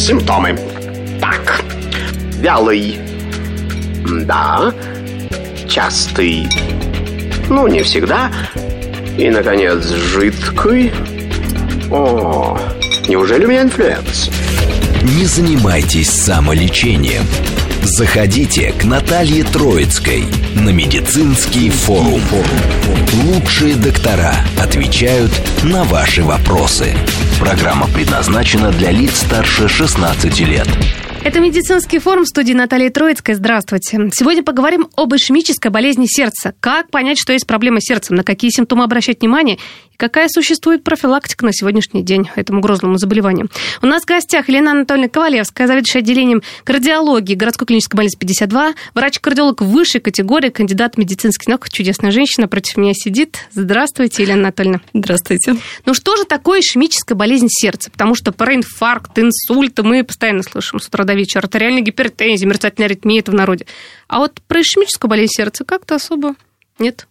Симптомы. Так, вялый. Да. Частый. Ну, не всегда. И, наконец, жидкий. О, неужели у меня инфлюенс? Не занимайтесь самолечением. Заходите к Наталье Троицкой на медицинский форум. Лучшие доктора отвечают на ваши вопросы. Программа предназначена для лиц старше 16 лет. Это медицинский форум, в студии Наталья Троицкая. Здравствуйте. Сегодня поговорим об ишемической болезни сердца. Как понять, что есть проблема с сердцем, на какие симптомы обращать внимание и какая существует профилактика на сегодняшний день этому грозному заболеванию. У нас в гостях Елена Анатольевна Ковалевская, заведующая отделением кардиологии городской клинической больницы 52, врач-кардиолог высшей категории, кандидат медицинских наук, чудесная женщина, против меня сидит. Здравствуйте, Елена Анатольевна. Здравствуйте. Ну что же такое ишемическая болезнь сердца? Потому что про инфаркт, инсульт мы постоянно слышим с утра до вечера. Артериальная гипертензия, мерцательная аритмия, это в народе. А вот про ишемическую болезнь сердца как-то особо нет.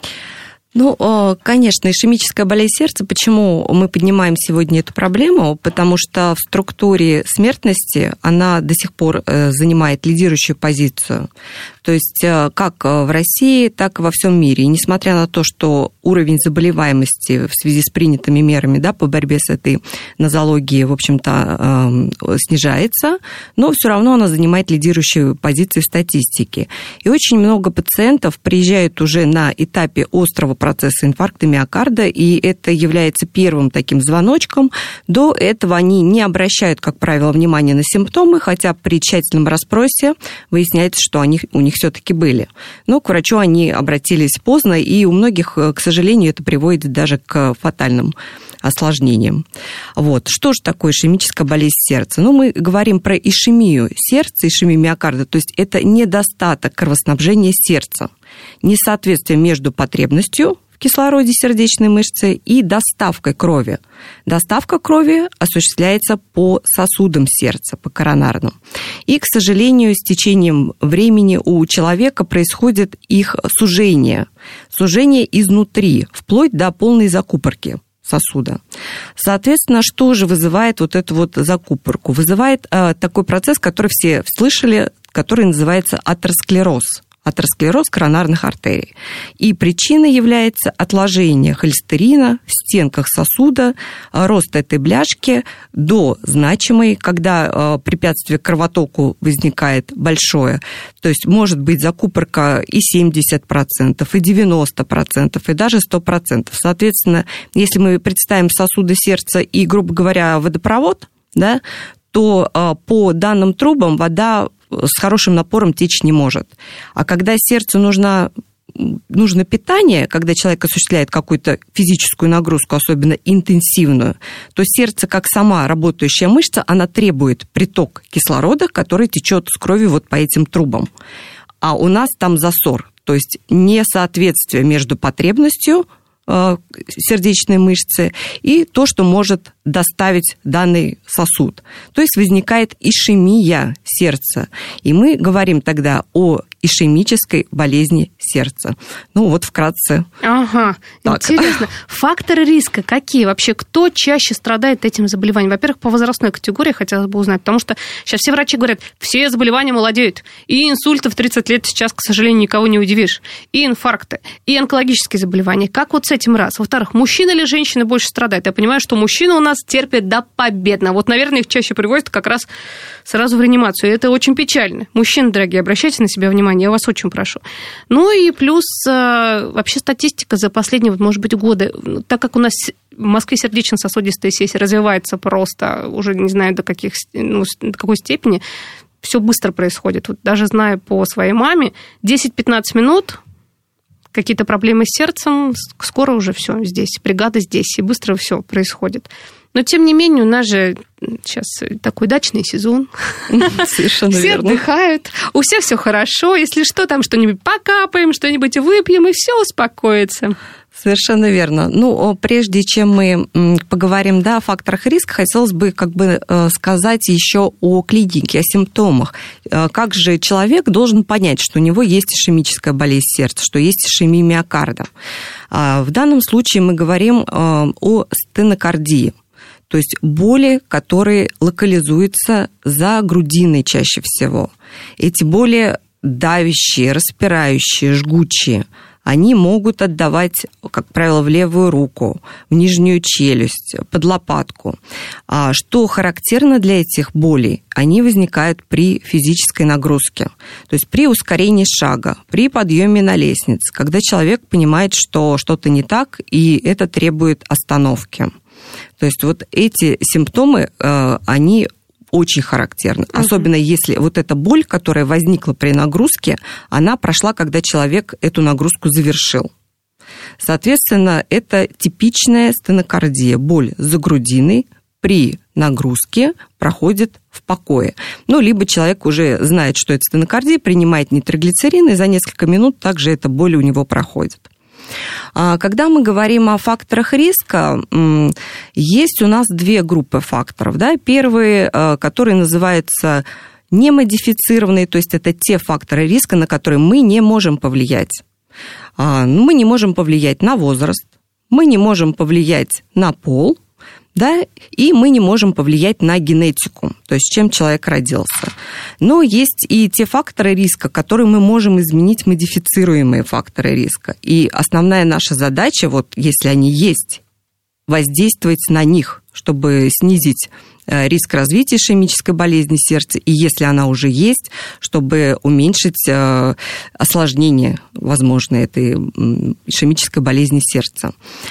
Ну, конечно, ишемическая болезнь сердца. Почему мы поднимаем сегодня эту проблему? Потому что в структуре смертности она до сих пор занимает лидирующую позицию. То есть как в России, так и во всем мире. И несмотря на то, что уровень заболеваемости в связи с принятыми мерами, да, по борьбе с этой нозологией, в общем-то, снижается, но все равно она занимает лидирующую позицию в статистике. И очень много пациентов приезжают уже на этапе острого процесса инфаркта миокарда, и это является первым таким звоночком. До этого они не обращают, как правило, внимания на симптомы, хотя при тщательном расспросе выясняется, что у них все-таки были. Но к врачу они обратились поздно, и у многих, к сожалению, это приводит даже к фатальным осложнениям. Вот. Что же такое ишемическая болезнь сердца? Ну, мы говорим про ишемию сердца, ишемию миокарда, то есть это недостаток кровоснабжения сердца, несоответствие между потребностью в кислороде сердечной мышцы и доставкой крови. Доставка крови осуществляется по сосудам сердца, по коронарным. И, к сожалению, с течением времени у человека происходит их сужение. Сужение изнутри, вплоть до полной закупорки сосуда. Соответственно, что же вызывает вот эту вот закупорку? Вызывает такой процесс, который все слышали, который называется атеросклероз. Атеросклероз коронарных артерий. И причиной является отложение холестерина в стенках сосуда, рост этой бляшки до значимой, когда препятствие к кровотоку возникает большое. То есть может быть закупорка и 70%, и 90%, и даже 100%. Соответственно, если мы представим сосуды сердца и, грубо говоря, водопровод, да, то по данным трубам вода с хорошим напором течь не может. А когда сердцу нужно питание, когда человек осуществляет какую-то физическую нагрузку, особенно интенсивную, то сердце, как сама работающая мышца, она требует приток кислорода, который течет с крови вот по этим трубам. А у нас там засор, то есть несоответствие между потребностью сердечной мышцы и то, что может доставить данный сосуд. То есть возникает ишемия сердца. И мы говорим тогда о ишемической болезни сердца. Ну, вот вкратце. Ага, так. Интересно. Факторы риска какие? Вообще, кто чаще страдает этим заболеванием? Во-первых, по возрастной категории хотелось бы узнать, потому что сейчас все врачи говорят, все заболевания молодеют. И инсульты в 30 лет сейчас, к сожалению, никого не удивишь. И инфаркты, и онкологические заболевания. Как вот с этим раз? Во-вторых, мужчина или женщина больше страдает? Я понимаю, что мужчины у нас терпят до победно. Вот, наверное, их чаще привозят как раз сразу в реанимацию. И это очень печально. Мужчины, дорогие, обращайте на себя внимание. Я вас очень прошу. Ну и плюс вообще статистика за последние, может быть, годы. Так как у нас в Москве сердечно-сосудистая сессия развивается просто уже не знаю до какой степени, все быстро происходит. Вот даже зная по своей маме, 10-15 минут, какие-то проблемы с сердцем, скоро уже все здесь, бригада здесь, и быстро все происходит. Но, тем не менее, у нас же сейчас такой дачный сезон. Совершенно все верно. отдыхают, у всех все хорошо. Если что, там что-нибудь покапаем, что-нибудь выпьем, и все успокоится. Совершенно верно. Ну, прежде чем мы поговорим, да, о факторах риска, хотелось бы сказать еще о клинике, о симптомах. Как же человек должен понять, что у него есть ишемическая болезнь сердца, что есть ишемия миокарда? В данном случае мы говорим о стенокардии. То то есть боли, которые локализуются за грудиной чаще всего. Эти боли давящие, распирающие, жгучие, они могут отдавать, как правило, в левую руку, в нижнюю челюсть, под лопатку. А что характерно для этих болей? Они возникают при физической нагрузке, то есть при ускорении шага, при подъеме на лестнице, когда человек понимает, что что-то не так, и это требует остановки. То есть вот эти симптомы, они очень характерны. Особенно если вот эта боль, которая возникла при нагрузке, она прошла, когда человек эту нагрузку завершил. Соответственно, это типичная стенокардия. Боль за грудиной при нагрузке проходит в покое. Ну, либо человек уже знает, что это стенокардия, принимает нитроглицерин, и за несколько минут также эта боль у него проходит. Когда мы говорим о факторах риска, есть у нас две группы факторов. Да? Первые, которые называются немодифицированные, то есть это те факторы риска, на которые мы не можем повлиять. Мы не можем повлиять на возраст, мы не можем повлиять на пол, да, и мы не можем повлиять на генетику, то есть чем человек родился. Но есть и те факторы риска, которые мы можем изменить, модифицируемые факторы риска. И основная наша задача, вот если они есть, воздействовать на них, чтобы снизить риск развития ишемической болезни сердца, и если она уже есть, чтобы уменьшить осложнение, возможно, этой ишемической болезни сердца.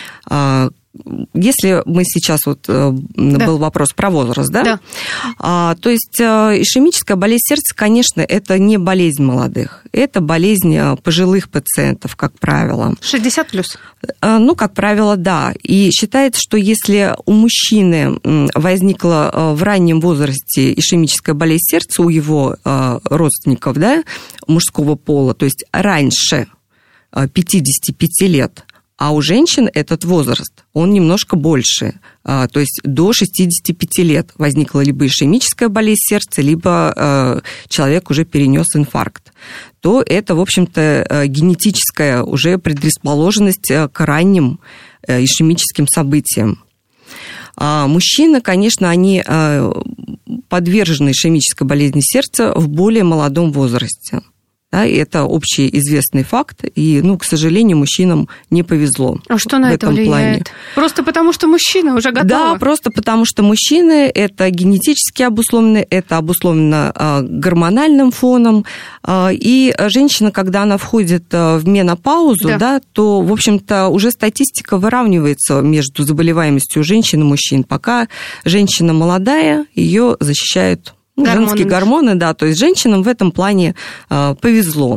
Если мы сейчас, вот был вопрос про возраст, да? Да. То есть ишемическая болезнь сердца, конечно, это не болезнь молодых, это болезнь пожилых пациентов, как правило. 60 плюс? Ну, как правило, да. И считается, что если у мужчины возникла в раннем возрасте ишемическая болезнь сердца у его родственников, да, мужского пола, то есть раньше 55 лет, а у женщин этот возраст, он немножко больше, то есть до 65 лет возникла либо ишемическая болезнь сердца, либо человек уже перенес инфаркт, то это, в общем-то, генетическая уже предрасположенность к ранним ишемическим событиям. Мужчины, конечно, они подвержены ишемической болезни сердца в более молодом возрасте. Да, это общеизвестный факт, и, ну, к сожалению, мужчинам не повезло. А что на это влияет? Плане. Просто потому, что мужчины уже готовы? Да, просто потому, что мужчины – это генетически обусловлено, это обусловлено гормональным фоном, и женщина, когда она входит в менопаузу, да, то, в общем-то, уже статистика выравнивается между заболеваемостью женщин и мужчин. Пока женщина молодая, ее защищают женские гормоны, да, то есть женщинам в этом плане повезло.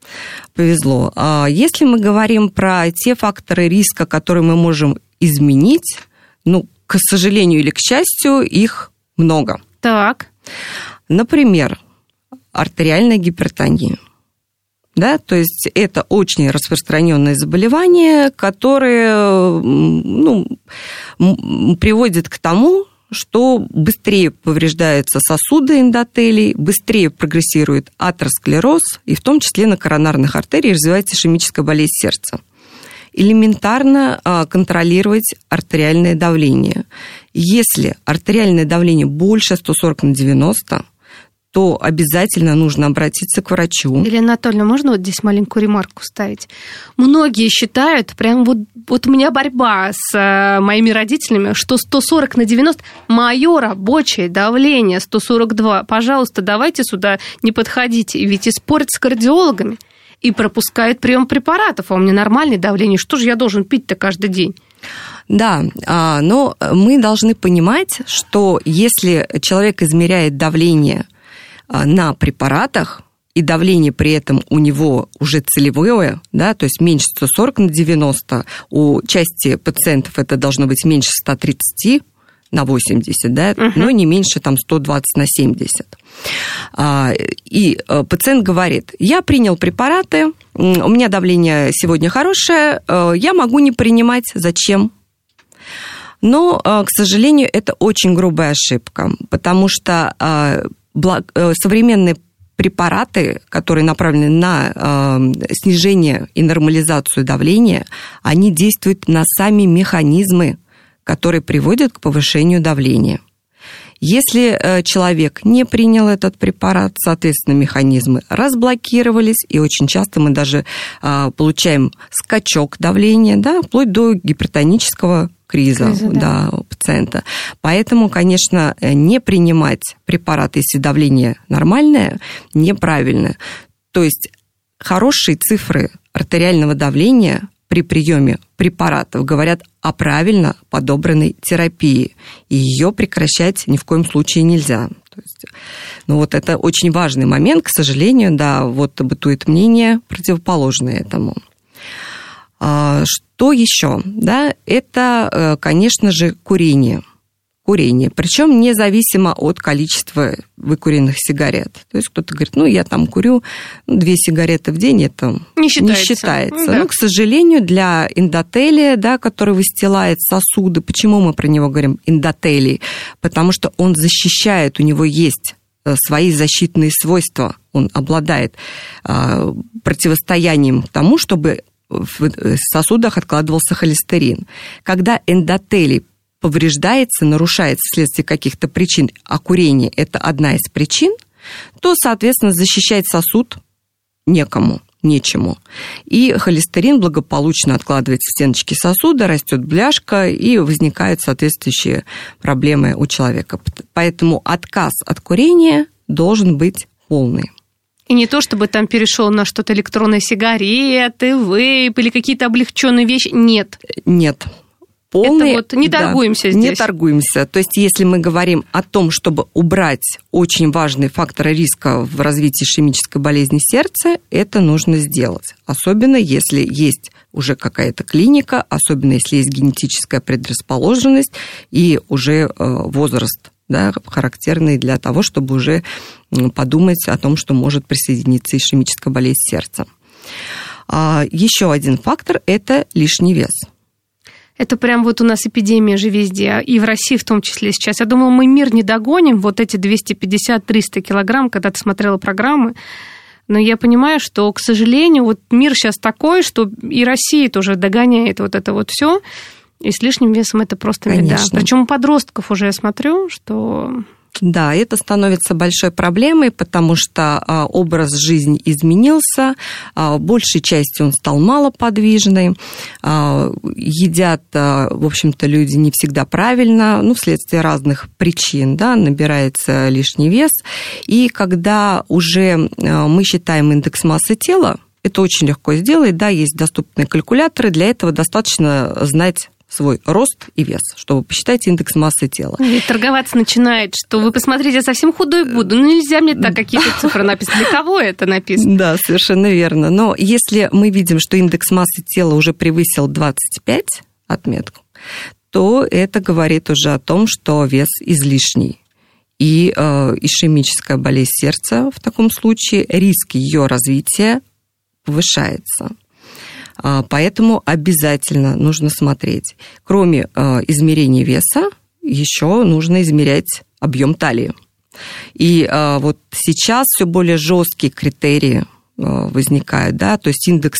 Если мы говорим про те факторы риска, которые мы можем изменить, ну, к сожалению или к счастью, их много. Так. Например, артериальная гипертония. Да, то есть это очень распространенное заболевание, которое, ну, приводит к тому, что быстрее повреждаются сосуды эндотелий, быстрее прогрессирует атеросклероз, и в том числе на коронарных артериях развивается ишемическая болезнь сердца. Элементарно контролировать артериальное давление. Если артериальное давление больше 140/90, то обязательно нужно обратиться к врачу. Елена Анатольевна, можно вот здесь маленькую ремарку ставить? Многие считают, прям вот у меня борьба с моими родителями, что 140/90 мое рабочее давление 142. Пожалуйста, давайте сюда не подходите. Ведь и спорят с кардиологами, и пропускают прием препаратов. А у меня нормальное давление. Что же я должен пить-то каждый день? Да, но мы должны понимать, что если человек измеряет давление на препаратах, и давление при этом у него уже целевое, да, то есть меньше 140/90, у части пациентов это должно быть меньше 130/80, да, но не меньше там 120/70. И пациент говорит: я принял препараты, у меня давление сегодня хорошее, я могу не принимать, зачем? Но, к сожалению, это очень грубая ошибка, потому что современные препараты, которые направлены на снижение и нормализацию давления, они действуют на сами механизмы, которые приводят к повышению давления. Если человек не принял этот препарат, соответственно, механизмы разблокировались, и очень часто мы даже получаем скачок давления, да, вплоть до гипертонического криза да, у пациента. Поэтому, конечно, не принимать препарат, если давление нормальное, неправильно. То есть хорошие цифры артериального давления при приеме препаратов говорят о правильно подобранной терапии. И ее прекращать ни в коем случае нельзя. То есть, ну вот это очень важный момент, к сожалению, да, вот бытует мнение противоположное этому. Что еще? Да, это, конечно же, курение. Курение, причем независимо от количества выкуренных сигарет. То есть кто-то говорит, ну, я там курю 2 сигареты в день, это не считается. Да. Ну, к сожалению, для эндотелия, да, который выстилает сосуды, почему мы про него говорим эндотелий? Потому что он защищает, у него есть свои защитные свойства, он обладает противостоянием тому, чтобы в сосудах откладывался холестерин. Когда эндотелий повреждается, нарушается вследствие каких-то причин, а курение – это одна из причин, то, соответственно, защищать сосуд нечему. И холестерин благополучно откладывается в стеночки сосуда, растет бляшка, и возникают соответствующие проблемы у человека. Поэтому отказ от курения должен быть полный. И не то, чтобы там перешел на что-то электронные сигареты, вейп или какие-то облегченные вещи. Нет. Нет. Полный, это вот не торгуемся здесь. Не торгуемся. То есть, если мы говорим о том, чтобы убрать очень важный фактор риска в развитии ишемической болезни сердца, это нужно сделать. Особенно, если есть уже какая-то клиника, особенно, если есть генетическая предрасположенность и уже возраст, да, характерный для того, чтобы уже подумать о том, что может присоединиться ишемическая болезнь сердца. Еще один фактор – это лишний вес. Это прям вот у нас эпидемия же везде, и в России в том числе сейчас. Я думала, мы мир не догоним, вот эти 250-300 килограмм, когда ты смотрела программы. Но я понимаю, что, к сожалению, вот мир сейчас такой, что и Россия тоже догоняет вот это вот все. И с лишним весом это просто беда. Причем у подростков уже я смотрю, что... Да, это становится большой проблемой, потому что образ жизни изменился, большей частью он стал малоподвижный, едят, в общем-то, люди не всегда правильно, ну, вследствие разных причин, да, набирается лишний вес, и когда уже мы считаем индекс массы тела, это очень легко сделать, да, есть доступные калькуляторы, для этого достаточно знать свой рост и вес, чтобы посчитать индекс массы тела. И торговаться начинает, что вы посмотрите, я совсем худой буду. Ну, нельзя мне так какие-то цифры написать. Для кого это написано? Да, совершенно верно. Но если мы видим, что индекс массы тела уже превысил 25 отметку, то это говорит уже о том, что вес излишний. И ишемическая болезнь сердца в таком случае, риск ее развития повышается. Поэтому обязательно нужно смотреть. Кроме измерения веса, еще нужно измерять объем талии. И вот сейчас все более жесткие критерии возникают, да, то есть индекс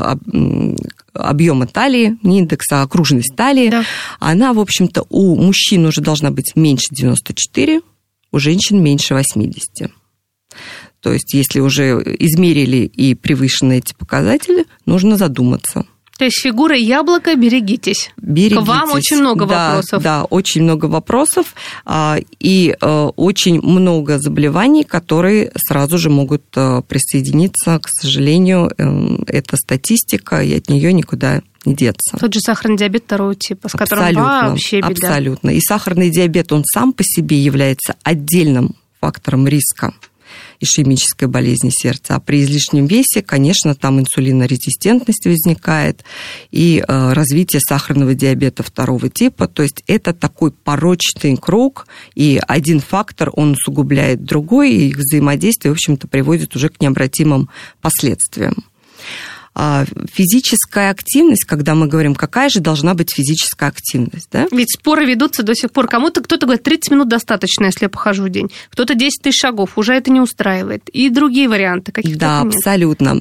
объема талии, не индекс, а окружность талии, да. Она, в общем-то, у мужчин уже должна быть меньше 94, у женщин меньше 80. То есть, если уже измерили и превышены эти показатели, нужно задуматься. То есть, фигура яблока, берегитесь. К вам очень много вопросов. Да, очень много вопросов и очень много заболеваний, которые сразу же могут присоединиться. К сожалению, это статистика, и от нее никуда не деться. Тот же сахарный диабет второго типа, с которым вообще беда. Абсолютно. И сахарный диабет, он сам по себе является отдельным фактором риска ишемической болезни сердца. А при излишнем весе, конечно, там инсулинорезистентность возникает и развитие сахарного диабета второго типа. То есть это такой порочный круг, и один фактор, он усугубляет другой, и их взаимодействие, в общем-то, приводит уже к необратимым последствиям. Физическая активность, когда мы говорим, какая же должна быть физическая активность, да? Ведь споры ведутся до сих пор. Кто-то говорит, 30 минут достаточно, если я похожу в день. Кто-то 10 тысяч шагов, уже это не устраивает. И другие варианты каких-то да, нет. Абсолютно.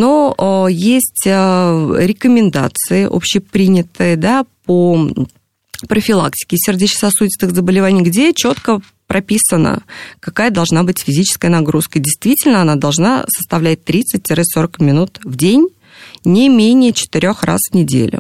Но есть рекомендации общепринятые, да, по профилактики сердечно-сосудистых заболеваний, где четко прописано, какая должна быть физическая нагрузка. Действительно, она должна составлять 30-40 минут в день, не менее 4 раз в неделю.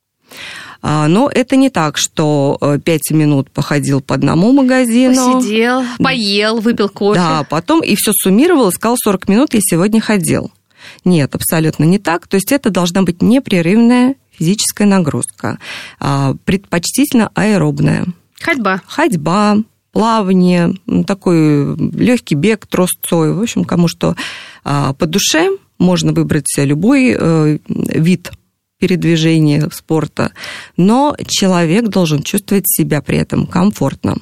Но это не так, что 5 минут походил по одному магазину. Посидел, поел, выпил кофе. Да, потом и все суммировал, и сказал, 40 минут я сегодня ходил. Нет, абсолютно не так. То есть это должна быть непрерывная физическая нагрузка, предпочтительно аэробная. Ходьба, плавание, такой легкий бег трусцой. В общем, кому что по душе, можно выбрать любой вид передвижения спорта, но человек должен чувствовать себя при этом комфортно.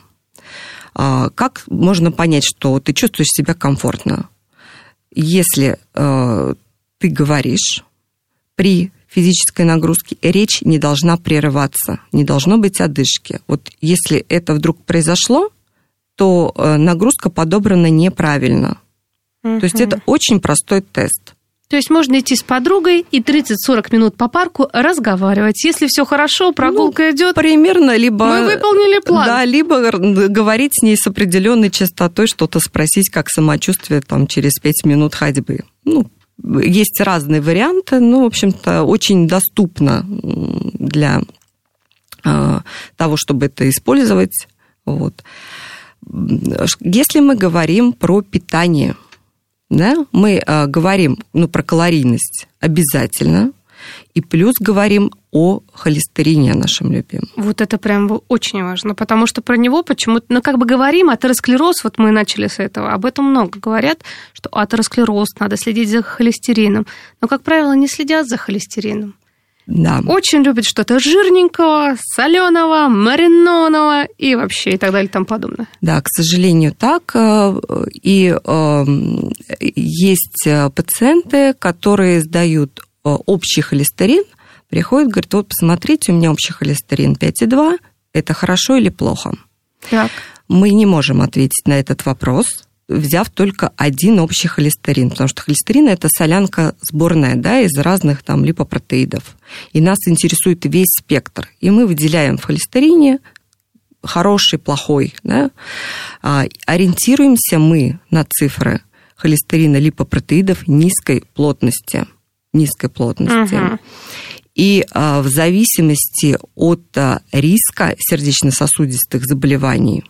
Как можно понять, что ты чувствуешь себя комфортно? Если ты говоришь при физической нагрузке, речь не должна прерываться, не должно быть одышки. Вот если это вдруг произошло, то нагрузка подобрана неправильно. То есть это очень простой тест. То есть можно идти с подругой и 30-40 минут по парку разговаривать. Если все хорошо, прогулка идет. Примерно, либо мы выполнили план. Да, либо говорить с ней с определенной частотой, что-то спросить, как самочувствие там, через 5 минут ходьбы. Есть разные варианты, но, в общем-то, очень доступно для того, чтобы это использовать. Вот. Если мы говорим про питание, да, мы говорим про калорийность обязательно, и плюс говорим о холестерине нашем любимом. Вот это прям очень важно, потому что про него почему-то, говорим, атеросклероз, вот мы начали с этого, об этом много говорят, что атеросклероз, надо следить за холестерином, но, как правило, не следят за холестерином. Да. Очень любят что-то жирненького, соленого, маринованного и вообще и так далее и тому подобное. Да, к сожалению, так. И есть пациенты, которые сдают общий холестерин, приходят, говорят, вот посмотрите, у меня общий холестерин 5,2, это хорошо или плохо? Так. Мы не можем ответить на этот вопрос, взяв только один общий холестерин, потому что холестерин – это солянка сборная, да, из разных там липопротеидов. И нас интересует весь спектр. И мы выделяем в холестерине хороший, плохой. Да? Ориентируемся мы на цифры холестерина, липопротеидов низкой плотности. Угу. И в зависимости от риска сердечно-сосудистых заболеваний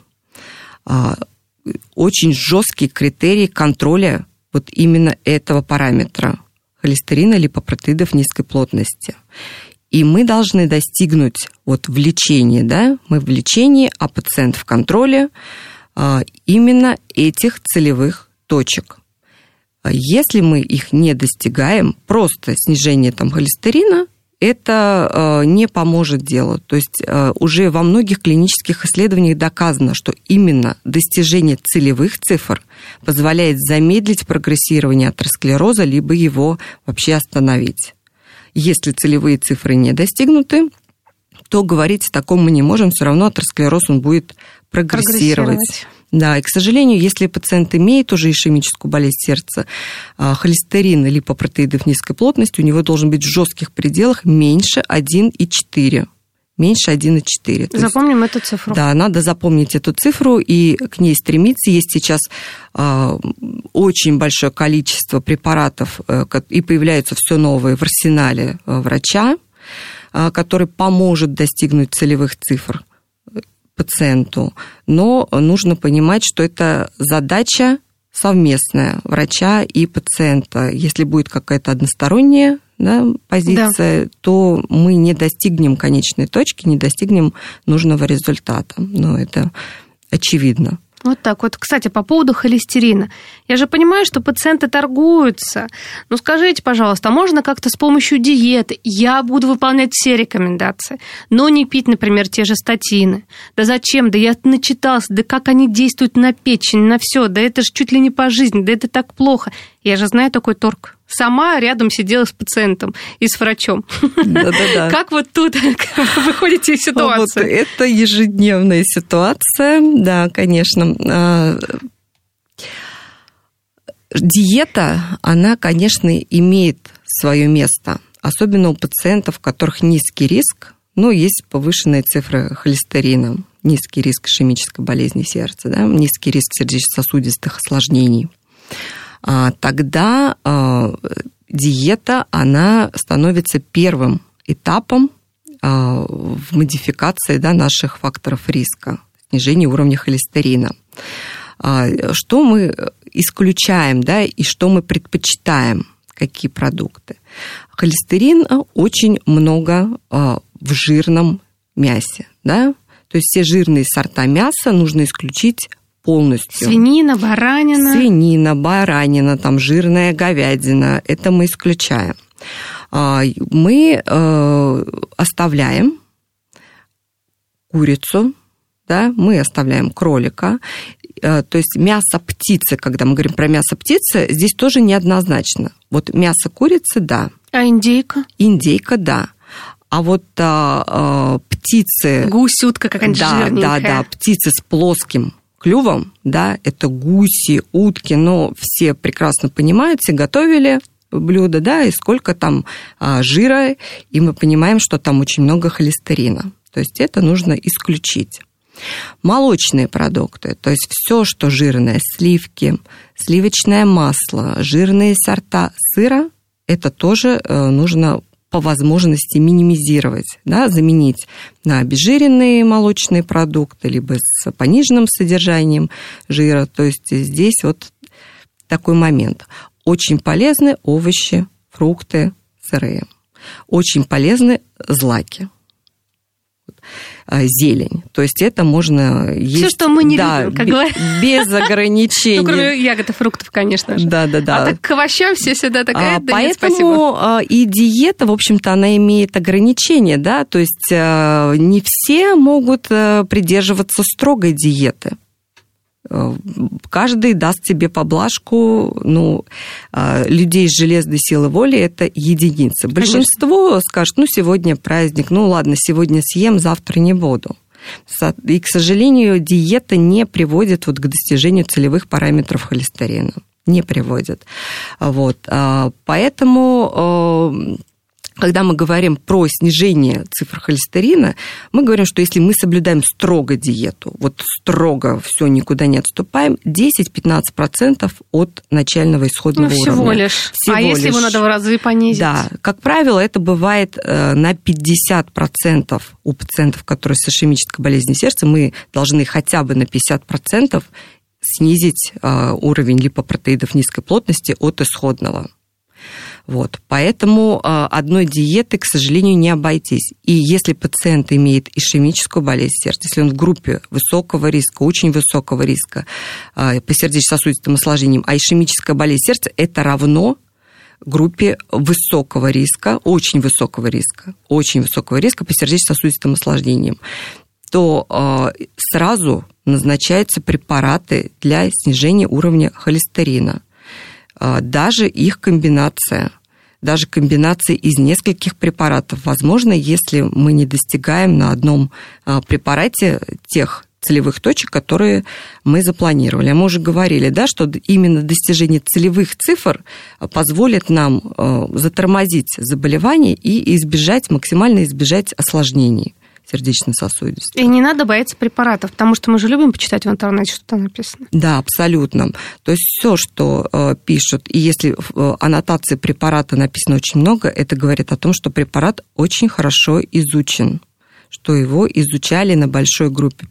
очень жесткие критерии контроля вот именно этого параметра холестерина, липопротеидов низкой плотности. И мы должны достигнуть вот в лечении, да, мы в лечении, а пациент в контроле именно этих целевых точек. Если мы их не достигаем, просто снижение там холестерина, это не поможет делу. То есть уже во многих клинических исследованиях доказано, что именно достижение целевых цифр позволяет замедлить прогрессирование атеросклероза, либо его вообще остановить. Если целевые цифры не достигнуты, то говорить о таком мы не можем, все равно атеросклероз он будет прогрессировать. Да, и, к сожалению, если пациент имеет уже ишемическую болезнь сердца, холестерин и липопротеидов низкой плотности у него должен быть в жестких пределах меньше 1,4. Меньше 1,4. Запомним эту цифру. Да, надо запомнить эту цифру и к ней стремиться. Есть сейчас очень большое количество препаратов, и появляются все новые в арсенале врача, который поможет достигнуть целевых цифр пациенту, но нужно понимать, что это задача совместная врача и пациента. Если будет какая-то односторонняя, да, позиция, да, то мы не достигнем конечной точки, не достигнем нужного результата. Но это очевидно. Вот так вот. Кстати, по поводу холестерина. Я же понимаю, что пациенты торгуются. Ну, скажите, пожалуйста, а можно как-то с помощью диеты? Я буду выполнять все рекомендации, но не пить, например, те же статины. Да зачем? Да я начитался. Да как они действуют на печень, на все. Да это же чуть ли не по жизни. Да это так плохо. Я же знаю такой торг. Сама рядом сидела с пациентом и с врачом. Да-да-да. Как вот тут вы выходите из ситуации? Вот это ежедневная ситуация, да, конечно. Диета, она, конечно, имеет свое место, особенно у пациентов, у которых низкий риск, но есть повышенные цифры холестерина, низкий риск ишемической болезни сердца, да, низкий риск сердечно-сосудистых осложнений. Тогда диета, она становится первым этапом в модификации, да, наших факторов риска, снижения уровня холестерина. Что мы исключаем, да, и что мы предпочитаем, какие продукты? Холестерина очень много в жирном мясе, да, то есть все жирные сорта мяса нужно исключить полностью. Свинина, баранина, там жирная говядина, это мы исключаем. Мы оставляем курицу, да, мы оставляем кролика, то есть мясо птицы, когда мы говорим про мясо птицы, здесь тоже неоднозначно. Вот мясо курицы, да. А индейка? Индейка, да. А вот птицы... Гусь, утка какая-нибудь жирненькая. Да, птицы с плоским клювом, да, это гуси, утки, но все прекрасно понимают, все готовили блюдо, да, и сколько там жира, и мы понимаем, что там очень много холестерина. То есть это нужно исключить. Молочные продукты, то есть все, что жирное, сливки, сливочное масло, жирные сорта сыра, это тоже нужно по возможности минимизировать, да, заменить на обезжиренные молочные продукты, либо с пониженным содержанием жира. То есть здесь вот такой момент. Очень полезны овощи, фрукты сырые. Очень полезны злаки. Зелень. То есть это можно есть... Все, что мы не любим, как говорят. Без ограничений. Ну, кроме ягод и фруктов, конечно же. Да. А так к овощам все всегда такая, да нет, поэтому спасибо. И диета, в общем-то, она имеет ограничения, да, то есть не все могут придерживаться строгой диеты. Каждый даст себе поблажку, ну, людей с железной силой воли – это единицы. Большинство скажет, ну, сегодня праздник, ну, ладно, сегодня съем, завтра не буду. И, к сожалению, диета не приводит вот к достижению целевых параметров холестерина. Не приводит. Вот. Поэтому... Когда мы говорим про снижение цифр холестерина, мы говорим, что если мы соблюдаем строго диету, вот строго все, никуда не отступаем, 10-15% от начального исходного уровня. Всего лишь. Если его надо в разы понизить? Да. Как правило, это бывает на 50% у пациентов, которые с ишемической болезнью сердца. Мы должны хотя бы на 50% снизить уровень липопротеидов низкой плотности от исходного. Вот. Поэтому одной диеты, к сожалению, не обойтись. И если пациент имеет ишемическую болезнь сердца, если он в группе высокого риска, очень высокого риска по сердечно-сосудистым осложнениям, а ишемическая болезнь сердца – это равно группе высокого риска, очень высокого риска по сердечно-сосудистым осложнениям, то сразу назначаются препараты для снижения уровня холестерина. Даже их комбинация из нескольких препаратов возможно, если мы не достигаем на одном препарате тех целевых точек, которые мы запланировали. А мы уже говорили, да, что именно достижение целевых цифр позволит нам затормозить заболевание и максимально избежать осложнений сердечно-сосудистых. И не надо бояться препаратов, потому что мы же любим почитать в интернете, что там написано. Да, абсолютно. То есть все, что пишут, и если в аннотации препарата написано очень много, это говорит о том, что препарат очень хорошо изучен, что его изучали на большой группе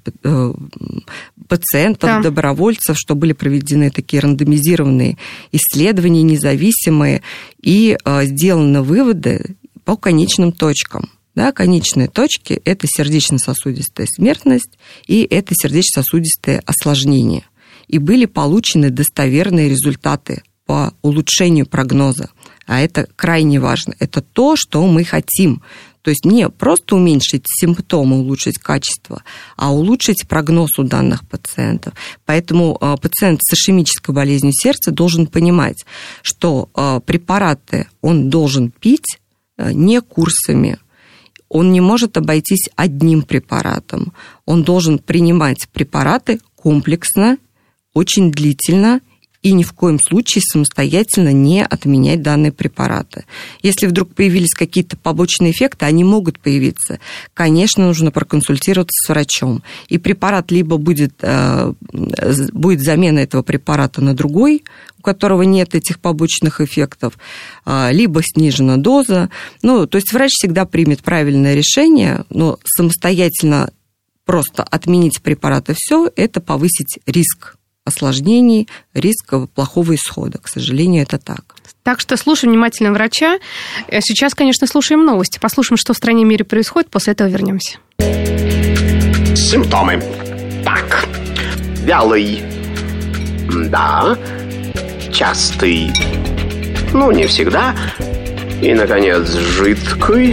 пациентов, да, добровольцев, что были проведены такие рандомизированные исследования, независимые, и сделаны выводы по конечным точкам. Да, конечные точки – это сердечно-сосудистая смертность и это сердечно-сосудистые осложнения. И были получены достоверные результаты по улучшению прогноза. А это крайне важно. Это то, что мы хотим. То есть не просто уменьшить симптомы, улучшить качество, а улучшить прогноз у данных пациентов. Поэтому пациент с ишемической болезнью сердца должен понимать, что препараты он должен пить не курсами. Он не может обойтись одним препаратом. Он должен принимать препараты комплексно, очень длительно и ни в коем случае самостоятельно не отменять данные препараты. Если вдруг появились какие-то побочные эффекты, они могут появиться. Конечно, нужно проконсультироваться с врачом. И препарат либо будет замена этого препарата на другой, у которого нет этих побочных эффектов, либо снижена доза. То есть врач всегда примет правильное решение, но самостоятельно просто отменить препарат и все, это повысить риск осложнений, риск плохого исхода. К сожалению, это так. Так что слушаем внимательно врача. Сейчас, конечно, слушаем новости. Послушаем, что в стране и мире происходит. После этого вернемся. Симптомы. Так. Вялый. Да. Частый. Не всегда. И, наконец, жидкий.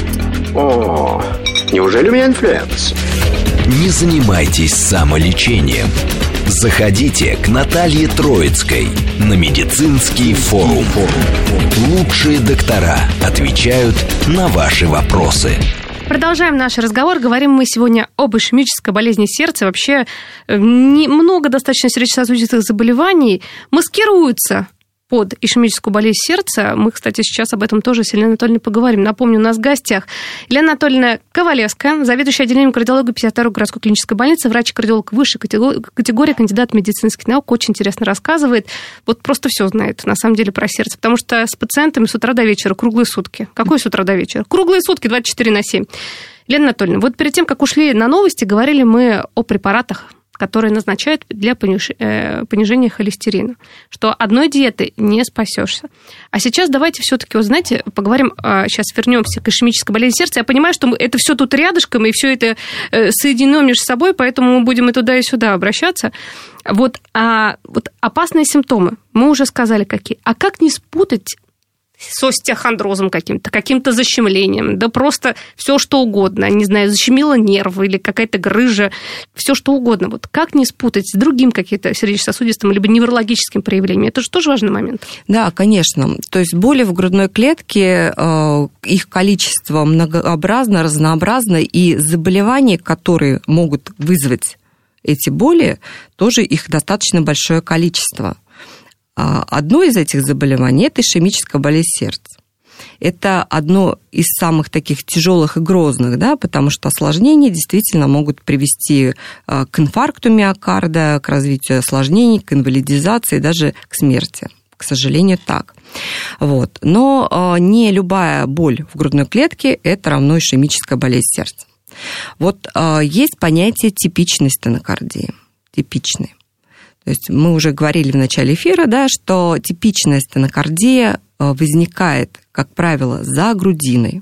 О, неужели у меня инфлюенс? Не занимайтесь самолечением. Заходите к Наталье Троицкой на медицинский форум. Лучшие доктора отвечают на ваши вопросы. Продолжаем наш разговор. Говорим мы сегодня об ишемической болезни сердца. Вообще много достаточно сердечно-сосудистых заболеваний маскируются под ишемическую болезнь сердца. Мы, кстати, сейчас об этом тоже с Еленой Анатольевной поговорим. Напомню, у нас в гостях Елена Анатольевна Ковалевская, заведующая отделением кардиологии 52-й городской клинической больницы, врач-кардиолог высшей категории, кандидат медицинских наук. Очень интересно рассказывает. Вот просто все знает, на самом деле, про сердце. Потому что с пациентами с утра до вечера, круглые сутки. Какой с утра до вечера? Круглые сутки, 24/7. Елена Анатольевна, вот перед тем, как ушли на новости, говорили мы о препаратах, которые назначают для понижения холестерина, что одной диеты не спасешься. А сейчас давайте все-таки, знаете, поговорим, сейчас вернемся к ишемической болезни сердца. Я понимаю, что это все тут рядышком, и все это соединено между собой, поэтому мы будем и туда, и сюда обращаться. Вот опасные симптомы, мы уже сказали какие. А как не спутать с остеохондрозом каким-то защемлением, да просто все что угодно, не знаю, защемило нервы или какая-то грыжа, все что угодно. Вот как не спутать с другим каким-то сердечно-сосудистым либо неврологическим проявлением? Это же тоже важный момент. Да, конечно. То есть боли в грудной клетке, их количество многообразно, разнообразно, и заболевания, которые могут вызвать эти боли, тоже их достаточно большое количество. Одно из этих заболеваний – это ишемическая болезнь сердца. Это одно из самых таких тяжелых и грозных, да, потому что осложнения действительно могут привести к инфаркту миокарда, к развитию осложнений, к инвалидизации, даже к смерти. К сожалению, так. Но не любая боль в грудной клетке – это равно ишемическая болезнь сердца. Есть понятие типичной стенокардии. Типичной. То есть мы уже говорили в начале эфира, да, что типичная стенокардия возникает, как правило, за грудиной,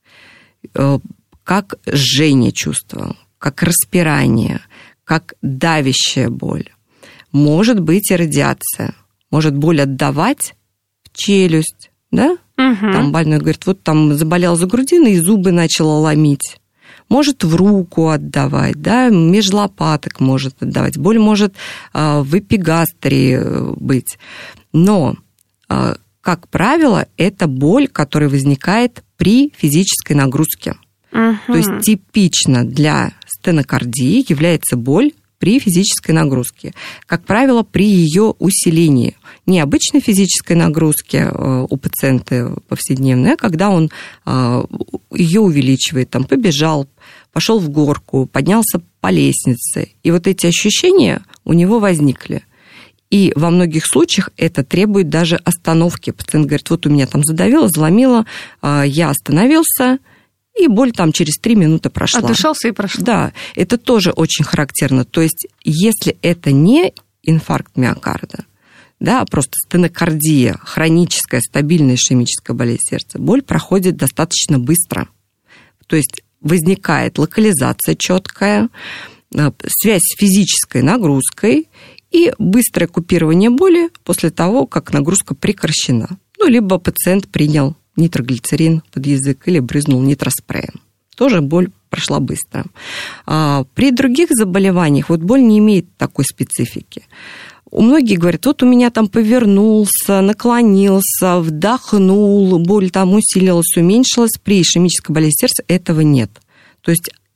как жжение чувства, как распирание, как давящая боль. Может быть и радиация. Может боль отдавать в челюсть, да? Угу. Там больной говорит, там заболел за грудиной и зубы начало ломить. Может в руку отдавать, да, меж лопаток может отдавать. Боль может в эпигастрии быть. Но, как правило, это боль, которая возникает при физической нагрузке. То есть типично для стенокардии является боль при физической нагрузке. Как правило, при ее усилении. Не обычной физической нагрузки у пациента повседневной, а когда он ее увеличивает, там, побежал, пошел в горку, поднялся по лестнице. И эти ощущения у него возникли. И во многих случаях это требует даже остановки. Пациент говорит, у меня там задавило, заломило, я остановился, и боль там через 3 минуты прошла. Отдышался и прошла. Да, это тоже очень характерно. То есть, если это не инфаркт миокарда, да, просто стенокардия, хроническая, стабильная ишемическая болезнь сердца, боль проходит достаточно быстро. То есть, возникает локализация четкая, связь с физической нагрузкой и быстрое купирование боли после того, как нагрузка прекращена. Либо пациент принял нитроглицерин под язык или брызнул нитроспреем. Тоже боль прошла быстро. При других заболеваниях боль не имеет такой специфики. Многие говорят, у меня там повернулся, наклонился, вдохнул, боль там усилилась, уменьшилась. При ишемической болезни сердца этого нет. То есть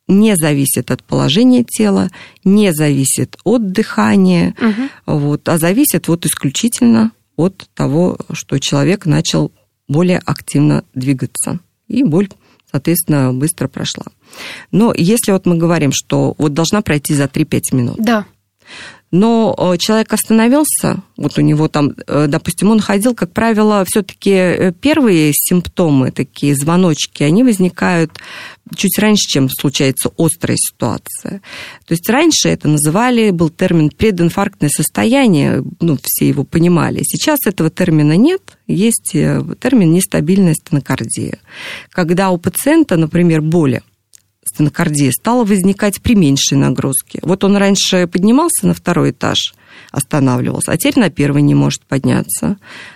не зависит от положения тела, не зависит от дыхания, а зависит исключительно от того, что человек начал более активно двигаться. И боль, соответственно, быстро прошла. Но если мы говорим, что должна пройти за 3-5 минут. Да. Но человек остановился, у него там, допустим, он ходил, как правило, все-таки первые симптомы, такие звоночки, они возникают чуть раньше, чем случается острая ситуация. То есть раньше это был термин прединфарктное состояние, все его понимали. Сейчас этого термина нет, есть термин нестабильная стенокардия. Когда у пациента, например, боли, стенокардия стала возникать при меньшей нагрузке. Он раньше поднимался на 2-й этаж, останавливался, а теперь на 1-й не может подняться.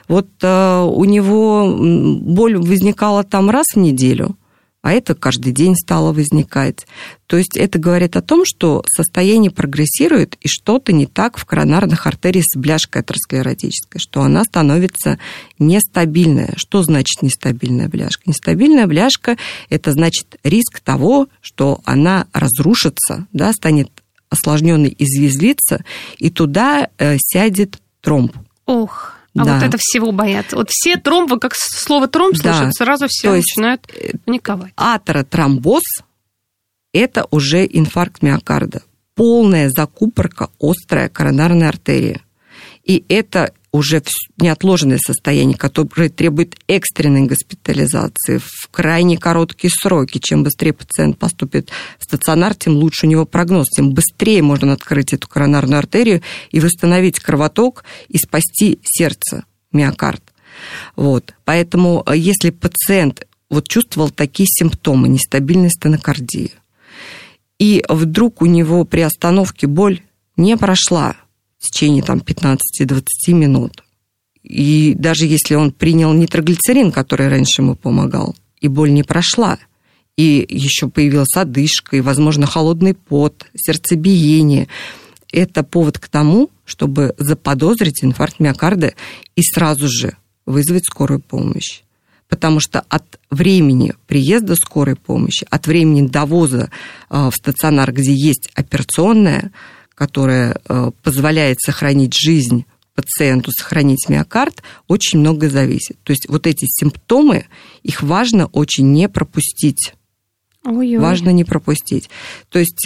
У него боль возникала там раз в неделю, а это каждый день стало возникать. То есть это говорит о том, что состояние прогрессирует, и что-то не так в коронарных артериях с бляшкой атеросклеротической, что она становится нестабильная. Что значит нестабильная бляшка? Нестабильная бляшка – это значит риск того, что она разрушится, станет осложненной, извезлится, и туда сядет тромб. Ох! Это всего боятся. Все тромбы, как слово тромб слышат, сразу все начинают паниковать. Атеротромбоз – это уже инфаркт миокарда. Полная закупорка, острая коронарная артерия. И это уже неотложное состояние, которое требует экстренной госпитализации в крайне короткие сроки. Чем быстрее пациент поступит в стационар, тем лучше у него прогноз, тем быстрее можно открыть эту коронарную артерию и восстановить кровоток и спасти сердце, миокард. Поэтому если пациент чувствовал такие симптомы нестабильной стенокардии, и вдруг у него при остановке боль не прошла в течение 15-20 минут. И даже если он принял нитроглицерин, который раньше ему помогал, и боль не прошла, и еще появилась одышка, и, возможно, холодный пот, сердцебиение, это повод к тому, чтобы заподозрить инфаркт миокарда и сразу же вызвать скорую помощь. Потому что от времени приезда скорой помощи, от времени довоза в стационар, где есть операционная, которая позволяет сохранить жизнь пациенту, сохранить миокард, очень многое зависит. То есть эти симптомы, их важно очень не пропустить. Ой-ой. Важно не пропустить. То есть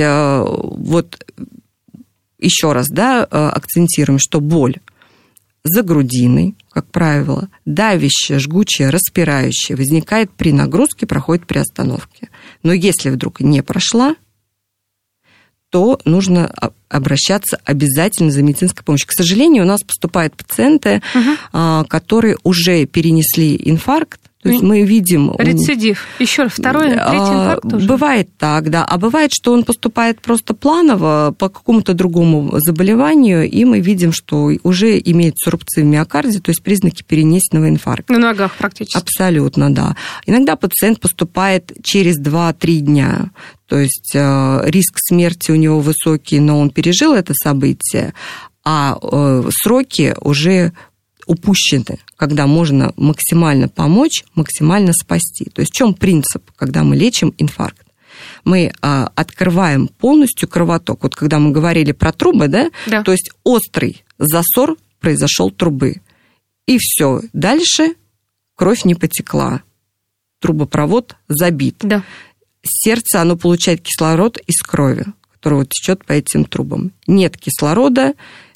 еще раз акцентируем, что боль за грудиной, как правило, давящая, жгучая, распирающая, возникает при нагрузке, проходит при остановке. Но если вдруг не прошла, то нужно обращаться обязательно за медицинской помощью. К сожалению, у нас поступают пациенты, которые уже перенесли инфаркт. То есть мы видим... Рецидив. Еще раз, 2-й, 3-й инфаркт тоже. Бывает так, да. А бывает, что он поступает просто планово по какому-то другому заболеванию, и мы видим, что уже имеет сорбции в миокарде, то есть признаки перенесенного инфаркта. На ногах практически. Абсолютно, да. Иногда пациент поступает через 2-3 дня. То есть риск смерти у него высокий, но он пережил это событие, а сроки уже упущены, когда можно максимально помочь, максимально спасти. То есть в чем принцип, когда мы лечим инфаркт? Мы открываем полностью кровоток. Когда мы говорили про трубы, да? То есть острый засор произошел трубы. И все, дальше кровь не потекла. Трубопровод забит. Да. Сердце, оно получает кислород из крови, который течет по этим трубам. Нет кислорода,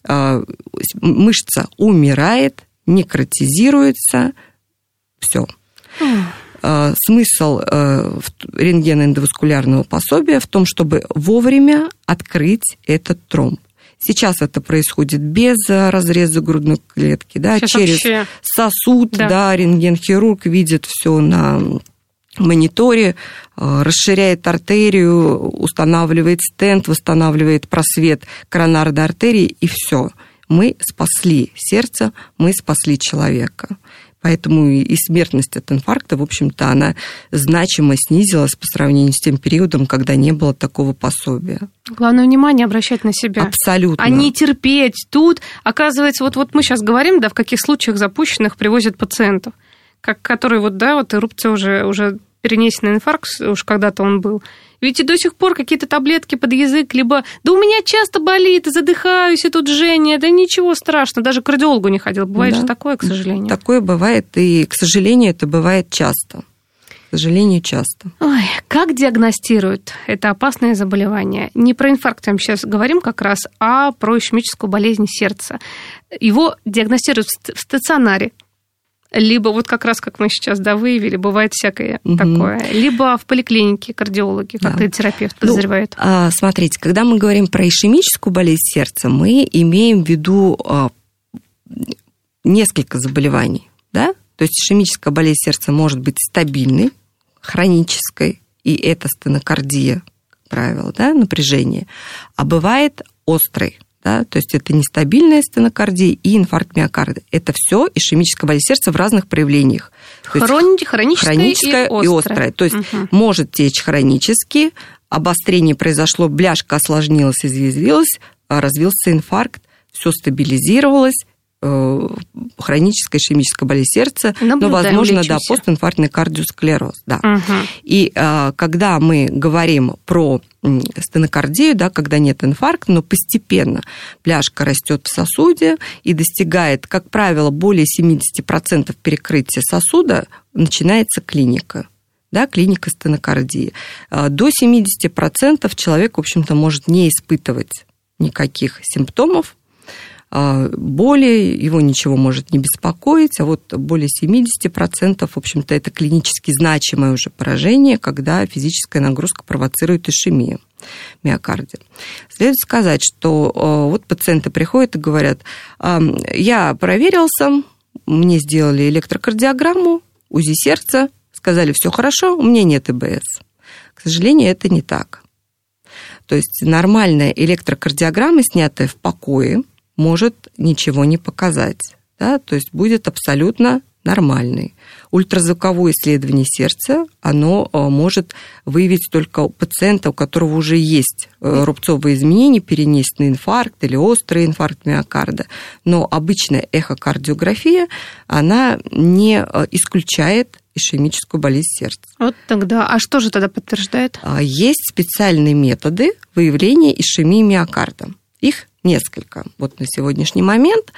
мышца умирает, некротизируется, все. Смысл рентгеноэндоваскулярного пособия в том, чтобы вовремя открыть этот тромб. Сейчас это происходит без разреза грудной клетки, да, через сосуд, да, рентген-хирург видит все на мониторе, расширяет артерию, устанавливает стенд, восстанавливает просвет коронарной артерии, и все. Мы спасли сердце, мы спасли человека. Поэтому и смертность от инфаркта, в общем-то, она значимо снизилась по сравнению с тем периодом, когда не было такого пособия. Главное, внимание обращать на себя. Абсолютно. А не терпеть. Тут, оказывается, вот мы сейчас говорим, да, в каких случаях запущенных привозят пациентов, которые эрупция уже перенесенный инфаркт, уж когда-то он был, ведь и до сих пор какие-то таблетки под язык, либо «да у меня часто болит, и задыхаюсь, и тут жжение», да ничего страшного, даже к кардиологу не ходил. Бывает же такое, к сожалению. Такое бывает, и, к сожалению, это бывает часто. К сожалению, часто. Ой, как диагностируют это опасное заболевание? Не про инфаркт мы сейчас говорим как раз, а про ишемическую болезнь сердца. Его диагностируют в стационаре, либо вот как раз, как мы сейчас выявили, бывает всякое такое, либо в поликлинике кардиологи, кардиотерапевт подозревает. Смотрите, когда мы говорим про ишемическую болезнь сердца, мы имеем в виду несколько заболеваний, да? То есть ишемическая болезнь сердца может быть стабильной, хронической, и это стенокардия, как правило, да, напряжение, а бывает острой. Да, то есть это нестабильная стенокардия и инфаркт миокарда. Это все ишемическая болезнь сердца в разных проявлениях. Хроническая и острая. То есть может течь хронически, обострение произошло, бляшка осложнилась, изъязвилась, развился инфаркт, все стабилизировалось, хроническая ишемическая болезнь сердца, но, возможно, постинфарктный кардиосклероз. Да. И когда мы говорим про стенокардию, да, когда нет инфаркта, но постепенно бляшка растет в сосуде и достигает, как правило, более 70% перекрытия сосуда, начинается клиника. Да, клиника стенокардии. До 70% человек, в общем-то, может не испытывать никаких симптомов, боли, его ничего может не беспокоить, а вот более 70%, в общем-то, это клинически значимое уже поражение, когда физическая нагрузка провоцирует ишемию миокарда. Следует сказать, что вот пациенты приходят и говорят: я проверился, мне сделали электрокардиограмму, УЗИ сердца, сказали, все хорошо, у меня нет ИБС. К сожалению, это не так. То есть нормальная электрокардиограмма, снятая в покое, может ничего не показать, да? То есть будет абсолютно нормальный. Ультразвуковое исследование сердца, оно может выявить только у пациента, у которого уже есть рубцовые изменения, перенесенный инфаркт или острый инфаркт миокарда. Но обычная эхокардиография, она не исключает ишемическую болезнь сердца. Вот тогда, а что же тогда подтверждает? Есть специальные методы выявления ишемии миокарда. Их несколько. Вот на сегодняшний момент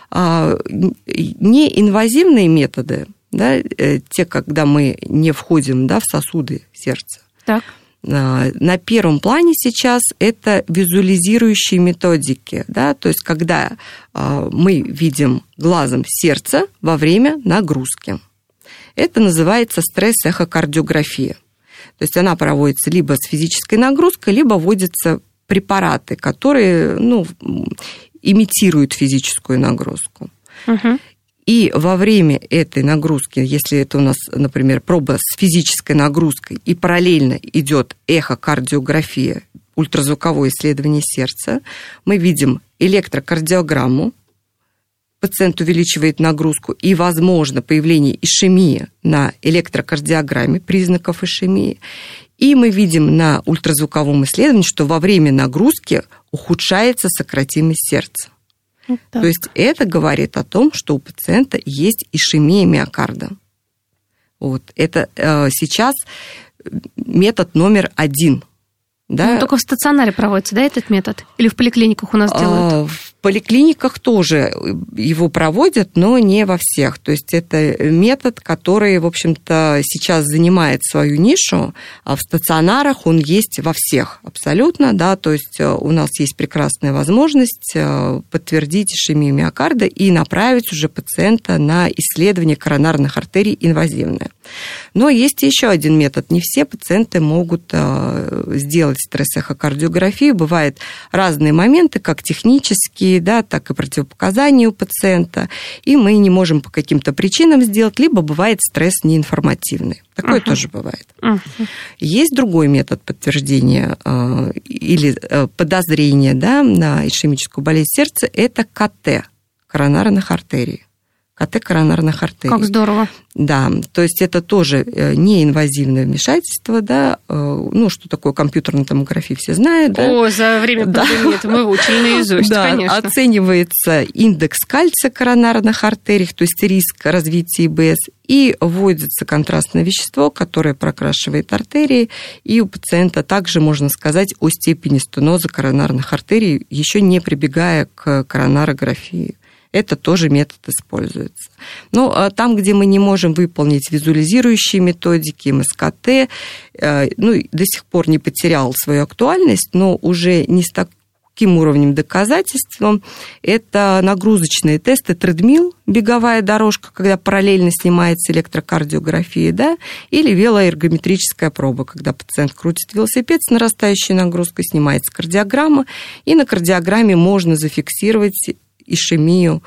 неинвазивные методы, да, те, когда мы не входим, да, в сосуды сердца. Так. На первом плане сейчас это визуализирующие методики, да, то есть когда мы видим глазом сердце во время нагрузки. Это называется стресс-эхокардиография. То есть она проводится либо с физической нагрузкой, либо вводятся препараты, которые, имитируют физическую нагрузку. И во время этой нагрузки, если это у нас, например, проба с физической нагрузкой, и параллельно идет эхокардиография, ультразвуковое исследование сердца, мы видим электрокардиограмму, пациент увеличивает нагрузку, и, возможно, появление ишемии на электрокардиограмме, признаков ишемии. И мы видим на ультразвуковом исследовании, что во время нагрузки ухудшается сократимость сердца. То есть это говорит о том, что у пациента есть ишемия миокарда. Вот. Это сейчас метод номер 1. Да? Только в стационаре проводится, да, этот метод? Или в поликлиниках у нас делают? В поликлиниках тоже его проводят, но не во всех. То есть это метод, который, в общем-то, сейчас занимает свою нишу, а в стационарах он есть во всех абсолютно, да, то есть у нас есть прекрасная возможность подтвердить ишемию миокарда и направить уже пациента на исследование коронарных артерий инвазивное. Но есть еще один метод. Не все пациенты могут сделать стресс-эхокардиографию. Бывают разные моменты, как технические, да, так и противопоказания у пациента. И мы не можем по каким-то причинам сделать, либо бывает стресс неинформативный. Такое тоже бывает. Есть другой метод подтверждения или подозрения, да, на ишемическую болезнь сердца. Это КТ коронарных артерий. КТ коронарных артерий. Как здорово. Да, то есть это тоже неинвазивное вмешательство, да, ну, что такое компьютерная томография, все знают, да. О, за время пандемии это мы выучили наизусть, да, конечно. Оценивается индекс кальция коронарных артерий, то есть риск развития ИБС, и вводится контрастное вещество, которое прокрашивает артерии, и у пациента также можно сказать о степени стеноза коронарных артерий, еще не прибегая к коронарографии. Это тоже метод используется. Но там, где мы не можем выполнить визуализирующие методики, МСКТ, ну, до сих пор не потерял свою актуальность, но уже не с таким уровнем доказательства. Это нагрузочные тесты, тредмил, беговая дорожка, когда параллельно снимается электрокардиография, да, или велоэргометрическая проба, когда пациент крутит велосипед с нарастающей нагрузкой, снимается кардиограмма, и на кардиограмме можно зафиксировать ишемию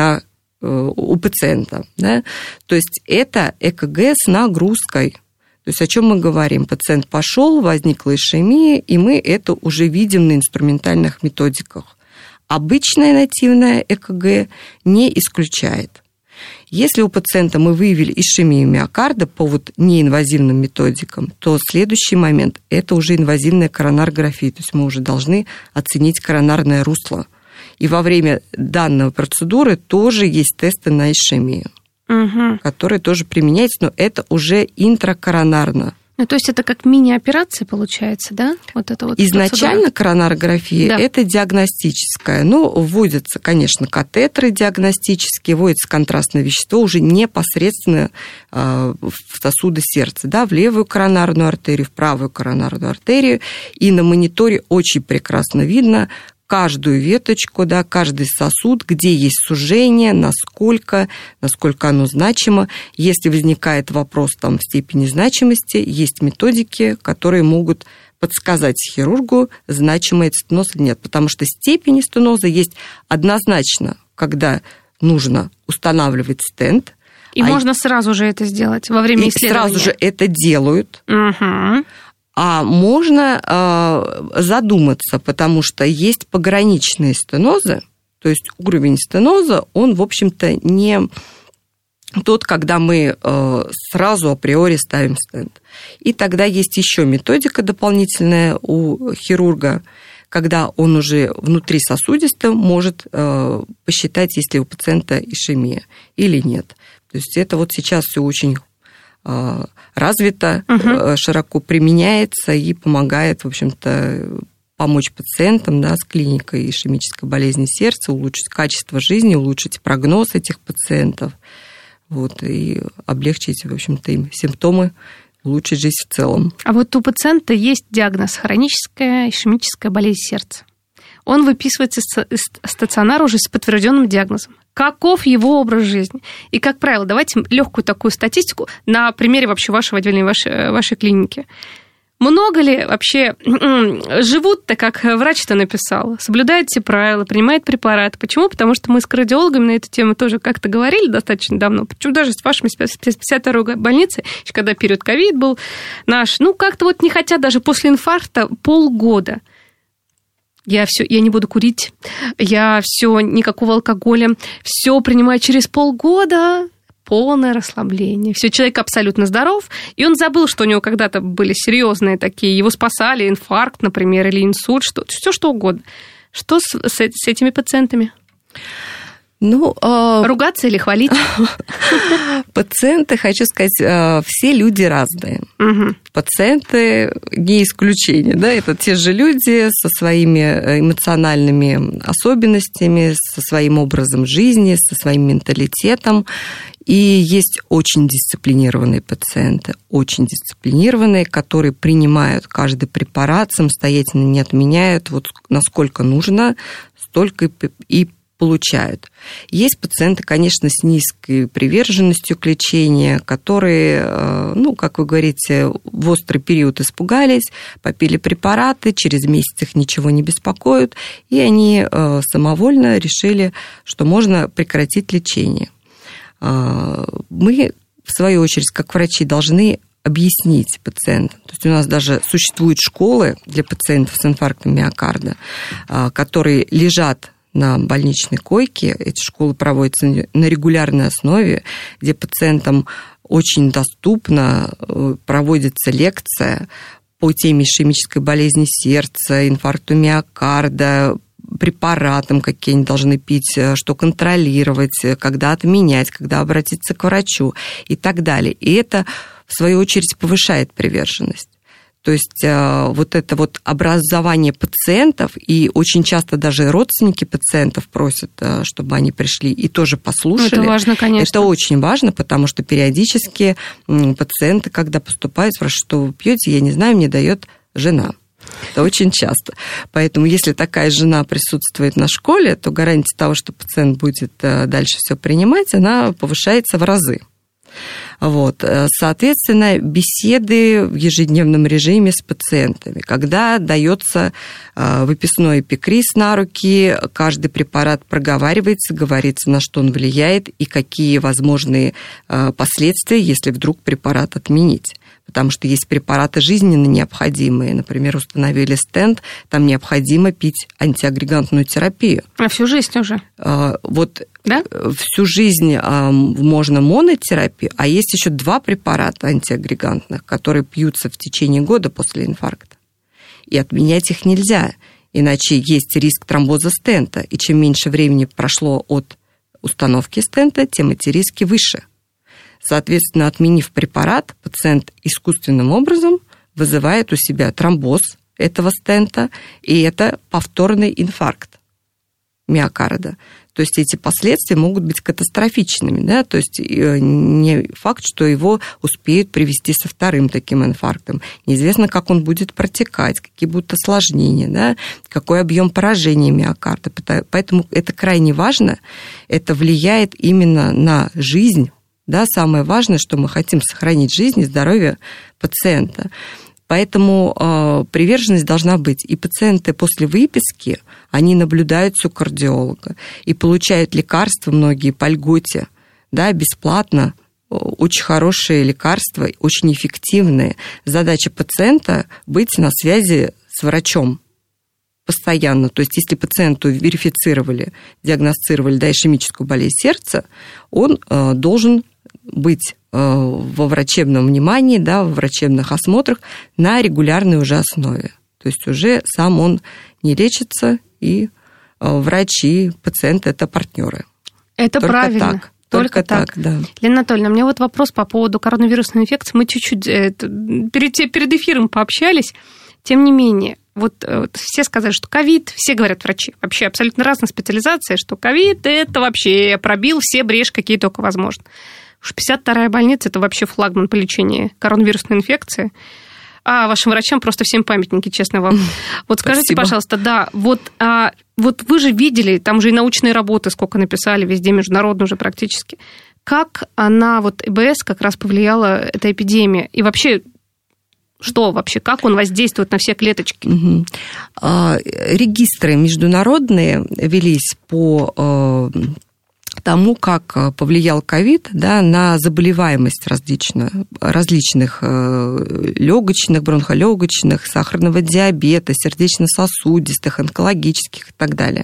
у пациента. Да? То есть это ЭКГ с нагрузкой. То есть о чем мы говорим? Пациент пошел, возникла ишемия, и мы это уже видим на инструментальных методиках. Обычное нативное ЭКГ не исключает. Если у пациента мы выявили ишемию миокарда по вот неинвазивным методикам, то следующий момент – это уже инвазивная коронарография. То есть мы уже должны оценить коронарное русло. И во время данной процедуры тоже есть тесты на ишемию, которые тоже применяются, но это уже интракоронарно. Ну, то есть это как мини-операция получается, да? Вот это вот изначально процедура. Коронарография, да, это диагностическая. Но вводятся, конечно, катетеры диагностические, вводится контрастное вещество уже непосредственно в сосуды сердца, да, в левую коронарную артерию, в правую коронарную артерию. И на мониторе очень прекрасно видно каждую веточку, да, каждый сосуд, где есть сужение, насколько оно значимо. Если возникает вопрос там, в степени значимости, есть методики, которые могут подсказать хирургу, значимый стеноз или нет. Потому что степень стеноза есть однозначно, когда нужно устанавливать стенд. И можно сразу же это сделать во время исследования. Сразу же это делают. А можно задуматься, потому что есть пограничные стенозы, то есть уровень стеноза, он, в общем-то, не тот, когда мы сразу априори ставим стенд. И тогда есть еще методика дополнительная у хирурга, когда он уже внутрисосудисто может посчитать, есть ли у пациента ишемия или нет. То есть это вот сейчас все очень развито, широко применяется и помогает, в общем-то, помочь пациентам, да, с клиникой ишемической болезни сердца, улучшить качество жизни, улучшить прогноз этих пациентов, вот, и облегчить, в общем-то, им симптомы, улучшить жизнь в целом. А вот у пациента есть диагноз хроническая ишемическая болезнь сердца. Он выписывается из стационара уже с подтвержденным диагнозом. Каков его образ жизни? И, как правило, давайте легкую такую статистику на примере вообще вашего отделения, вашей клиники. Много ли вообще живут-то, как врач-то написал, соблюдают все правила, принимают препараты? Почему? Потому что мы с кардиологами на эту тему тоже как-то говорили достаточно давно. Причем даже с вашими 52-й больницей, еще когда период ковид был наш, как-то вот не хотят даже после инфаркта полгода. Я не буду курить, никакого алкоголя, все принимаю через полгода, полное расслабление. Все, человек абсолютно здоров, и он забыл, что у него когда-то были серьезные такие, его спасали, инфаркт, например, или инсульт, все что угодно. Что с этими пациентами? Ругаться или хвалить? Пациенты, хочу сказать, все люди разные. Пациенты не исключение, да, это те же люди со своими эмоциональными особенностями, со своим образом жизни, со своим менталитетом. И есть очень дисциплинированные пациенты, очень дисциплинированные, которые принимают каждый препарат, самостоятельно не отменяют, вот насколько нужно, столько и получают. Есть пациенты, конечно, с низкой приверженностью к лечению, которые, как вы говорите, в острый период испугались, попили препараты, через месяц их ничего не беспокоит, и они самовольно решили, что можно прекратить лечение. Мы, в свою очередь, как врачи, должны объяснить пациенту. То есть у нас даже существуют школы для пациентов с инфарктом миокарда, которые лежат на больничной койке. Эти школы проводятся на регулярной основе, где пациентам очень доступно проводится лекция по теме ишемической болезни сердца, инфаркту миокарда, препаратам, какие они должны пить, что контролировать, когда отменять, когда обратиться к врачу и так далее. И это, в свою очередь, повышает приверженность. То есть вот это вот образование пациентов, и очень часто даже родственники пациентов просят, чтобы они пришли и тоже послушали. Это важно, конечно. Это очень важно, потому что периодически пациенты, когда поступают, спрашивают, что вы пьете, я не знаю, мне дает жена. Это очень часто. Поэтому если такая жена присутствует на школе, то гарантия того, что пациент будет дальше все принимать, она повышается в разы. Вот. Соответственно, беседы в ежедневном режиме с пациентами, когда дается выписной эпикриз на руки, каждый препарат проговаривается, говорится, на что он влияет и какие возможные последствия, если вдруг препарат отменить. Потому что есть препараты жизненно необходимые. Например, установили стенд, там необходимо пить антиагрегантную терапию. А всю жизнь уже? Вот да? Всю жизнь можно монотерапию, а есть еще 2 препарата антиагрегантных, которые пьются в течение года после инфаркта. И отменять их нельзя, иначе есть риск тромбоза стента. И чем меньше времени прошло от установки стента, тем эти риски выше. Соответственно, отменив препарат, пациент искусственным образом вызывает у себя тромбоз этого стента, и это повторный инфаркт миокарда. То есть эти последствия могут быть катастрофичными. Да? То есть не факт, что его успеют привести со вторым таким инфарктом. Неизвестно, как он будет протекать, какие будут осложнения, да? Какой объем поражения миокарда. Поэтому это крайне важно. Это влияет именно на жизнь. Да, самое важное, что мы хотим сохранить жизнь и здоровье пациента. Поэтому приверженность должна быть. И пациенты после выписки, они наблюдаются у кардиолога и получают лекарства многие по льготе, да, бесплатно. Очень хорошие лекарства, очень эффективные. Задача пациента – быть на связи с врачом постоянно. То есть, если пациенту верифицировали, диагностировали ишемическую болезнь сердца, он должен быть во врачебном внимании, да, в врачебных осмотрах на регулярной уже основе. То есть уже сам он не лечится, и врачи, пациенты – это партнеры. Это только правильно. Так. Только так, да. Лена Анатольевна, у меня вот вопрос по поводу коронавирусной инфекции. Мы чуть-чуть перед эфиром пообщались. Тем не менее, вот все сказали, что ковид, все говорят врачи, вообще абсолютно разные специализации, что ковид – это вообще пробил все бреши, какие только возможно. Уж 52-я больница – это вообще флагман по лечению коронавирусной инфекции. А вашим врачам просто всем памятники, честно вам. Вот скажите, Спасибо. пожалуйста, да, вот вы же видели, там же и научные работы сколько написали, везде международно уже практически. Как на вот ЭБС как раз повлияла эта эпидемия? И вообще, что вообще, как он воздействует на все клеточки? Угу. Регистры международные велись по тому, как повлиял ковид, да, на заболеваемость различных легочных, бронхолегочных, сахарного диабета, сердечно-сосудистых, онкологических и так далее.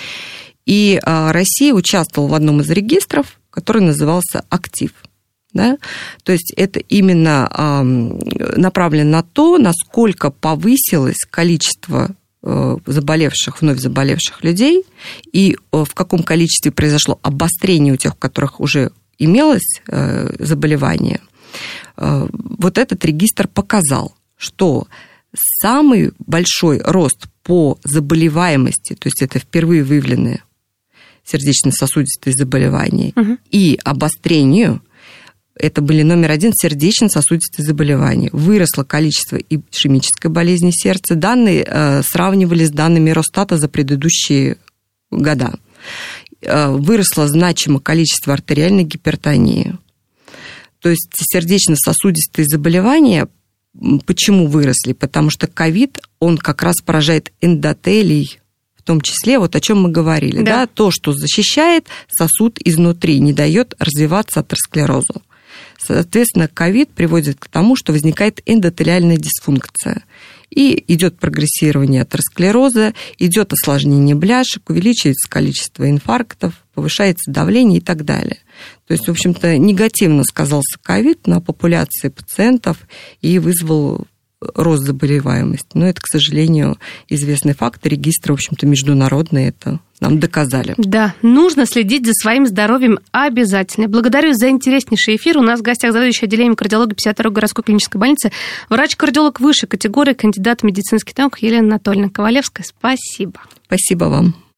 И Россия участвовала в одном из регистров, который назывался «Актив». Да? То есть это именно направлено на то, насколько повысилось количество заболевших, вновь заболевших людей, и в каком количестве произошло обострение у тех, у которых уже имелось заболевание. Вот этот регистр показал, что самый большой рост по заболеваемости, то есть это впервые выявленные сердечно-сосудистые заболевания, и обострению, это были номер 1 сердечно-сосудистые заболевания. Выросло количество ишемической болезни сердца. Данные сравнивали с данными Росстата за предыдущие года. Выросло значимо количество артериальной гипертонии. То есть сердечно-сосудистые заболевания почему выросли? Потому что ковид, он как раз поражает эндотелий, в том числе, вот о чем мы говорили. Да. Да? То, что защищает сосуд изнутри, не дает развиваться атеросклерозу. Соответственно, ковид приводит к тому, что возникает эндотелиальная дисфункция. и идет прогрессирование атеросклероза, идет осложнение бляшек, увеличивается количество инфарктов, повышается давление и так далее. То есть, в общем-то, негативно сказался ковид на популяции пациентов и вызвал рост заболеваемости. Но это, к сожалению, известный факт. Регистры, в общем-то, международные это нам доказали. Да, нужно следить за своим здоровьем обязательно. Благодарю за интереснейший эфир. У нас в гостях заведующий отделением кардиологии 52-й городской клинической больницы, врач-кардиолог высшей категории, кандидат медицинских наук Елена Анатольевна Ковалевская. Спасибо. Спасибо вам.